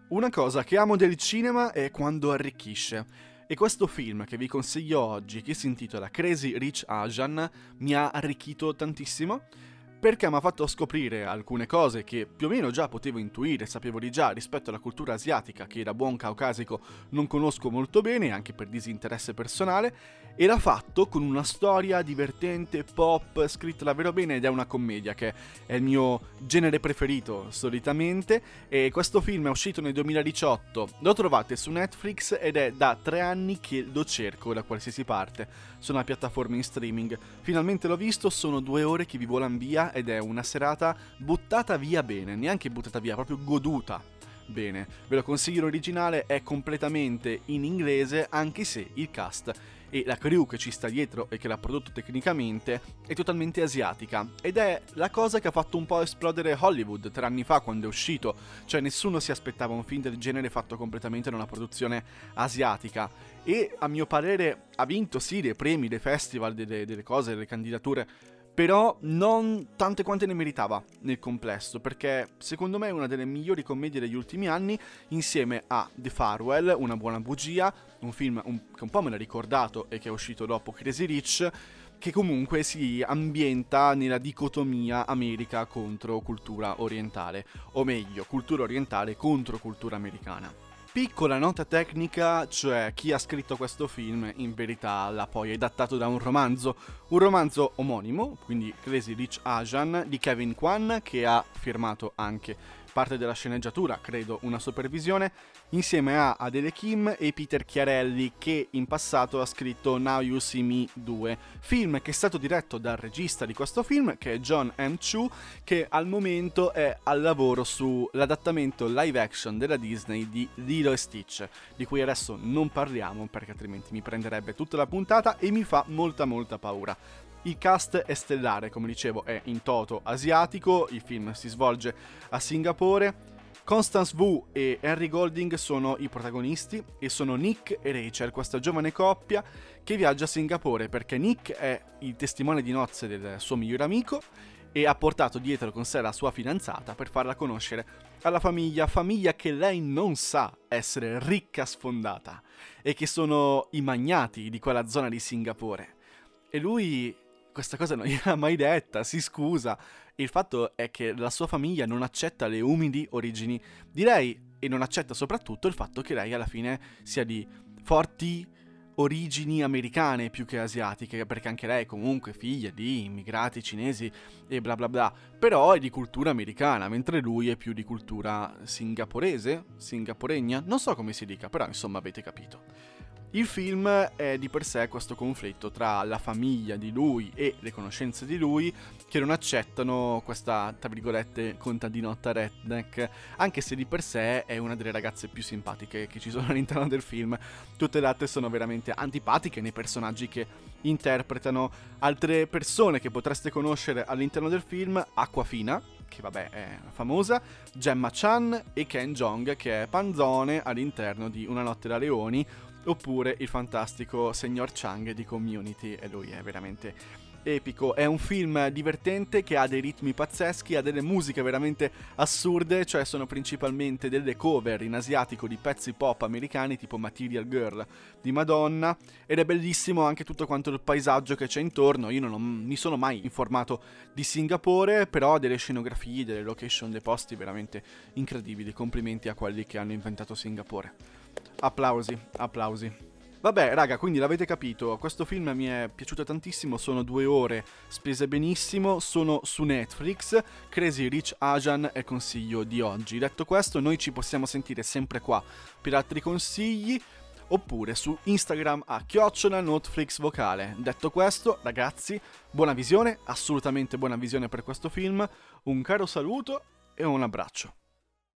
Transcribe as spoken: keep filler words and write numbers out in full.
Una cosa che amo del cinema è quando arricchisce. E questo film che vi consiglio oggi, che si intitola Crazy Rich Asian, mi ha arricchito tantissimo perché mi ha fatto scoprire alcune cose che più o meno già potevo intuire, sapevo di già rispetto alla cultura asiatica, che da buon caucasico non conosco molto bene, anche per disinteresse personale. Era fatto con una storia divertente, pop, scritta davvero bene, ed è una commedia che è il mio genere preferito solitamente. E questo film è uscito nel duemiladiciotto, lo trovate su Netflix ed è da tre anni che lo cerco da qualsiasi parte, su una piattaforma in streaming. Finalmente l'ho visto, sono due ore che vi volano via ed è una serata buttata via bene, neanche buttata via, proprio goduta bene. Ve lo consiglio, l'originale è completamente in inglese, anche se il cast e la crew che ci sta dietro e che l'ha prodotto tecnicamente è totalmente asiatica, ed è la cosa che ha fatto un po' esplodere Hollywood tre anni fa quando è uscito, cioè nessuno si aspettava un film del genere fatto completamente da una produzione asiatica, e a mio parere ha vinto sì dei premi, dei festival, delle, delle cose, delle candidature, però non tante quante ne meritava nel complesso, perché secondo me è una delle migliori commedie degli ultimi anni, insieme a The Farewell, Una buona bugia, un film un, che un po' me l'ha ricordato e che è uscito dopo Crazy Rich, che comunque si ambienta nella dicotomia America contro cultura orientale, o meglio, cultura orientale contro cultura americana. Piccola nota tecnica, cioè chi ha scritto questo film in verità l'ha poi adattato da un romanzo, un romanzo omonimo, quindi Crazy Rich Asian, di Kevin Kwan, che ha firmato anche parte della sceneggiatura, credo una supervisione, insieme a Adele Kim e Peter Chiarelli, che in passato ha scritto Now You See Me due, film che è stato diretto dal regista di questo film, che è John M. Chu, che al momento è al lavoro sull'adattamento live action della Disney di Lilo e Stitch, di cui adesso non parliamo perché altrimenti mi prenderebbe tutta la puntata e mi fa molta molta paura. Il cast è stellare, come dicevo, è in toto asiatico, il film si svolge a Singapore. Constance Wu e Henry Golding sono i protagonisti e sono Nick e Rachel, questa giovane coppia che viaggia a Singapore perché Nick è il testimone di nozze del suo migliore amico e ha portato dietro con sé la sua fidanzata per farla conoscere alla famiglia, famiglia che lei non sa essere ricca sfondata e che sono i magnati di quella zona di Singapore. E lui questa cosa non gliel'ha mai detta, si scusa. Il fatto è che la sua famiglia non accetta le umili origini di lei e non accetta soprattutto il fatto che lei alla fine sia di forti origini americane più che asiatiche, perché anche lei è comunque figlia di immigrati cinesi e bla bla bla, però è di cultura americana, mentre lui è più di cultura singaporese, singaporegna, non so come si dica, però insomma avete capito. Il film è di per sé questo conflitto tra la famiglia di lui e le conoscenze di lui che non accettano questa, tra virgolette, contadinotta redneck, anche se di per sé è una delle ragazze più simpatiche che ci sono all'interno del film. Tutte le altre sono veramente antipatiche nei personaggi che interpretano. Altre persone che potreste conoscere all'interno del film: Aquafina, che vabbè è famosa, Gemma Chan e Ken Jeong, che è Panzone all'interno di Una notte da leoni, oppure il fantastico signor Chang di Community, e lui è veramente epico. È un film divertente che ha dei ritmi pazzeschi, ha delle musiche veramente assurde, cioè sono principalmente delle cover in asiatico di pezzi pop americani tipo Material Girl di Madonna, ed è bellissimo anche tutto quanto il paesaggio che c'è intorno. Io non ho, mi sono mai informato di Singapore, però ha delle scenografie, delle location, dei posti veramente incredibili. Complimenti a quelli che hanno inventato Singapore. Applausi, applausi. Vabbè raga, quindi l'avete capito, questo film mi è piaciuto tantissimo, sono due ore spese benissimo, sono su Netflix, Crazy Rich Asian è il consiglio di oggi. Detto questo, noi ci possiamo sentire sempre qua per altri consigli, oppure su Instagram a chiocciola Netflix vocale. Detto questo, ragazzi, buona visione, assolutamente buona visione per questo film, un caro saluto e un abbraccio.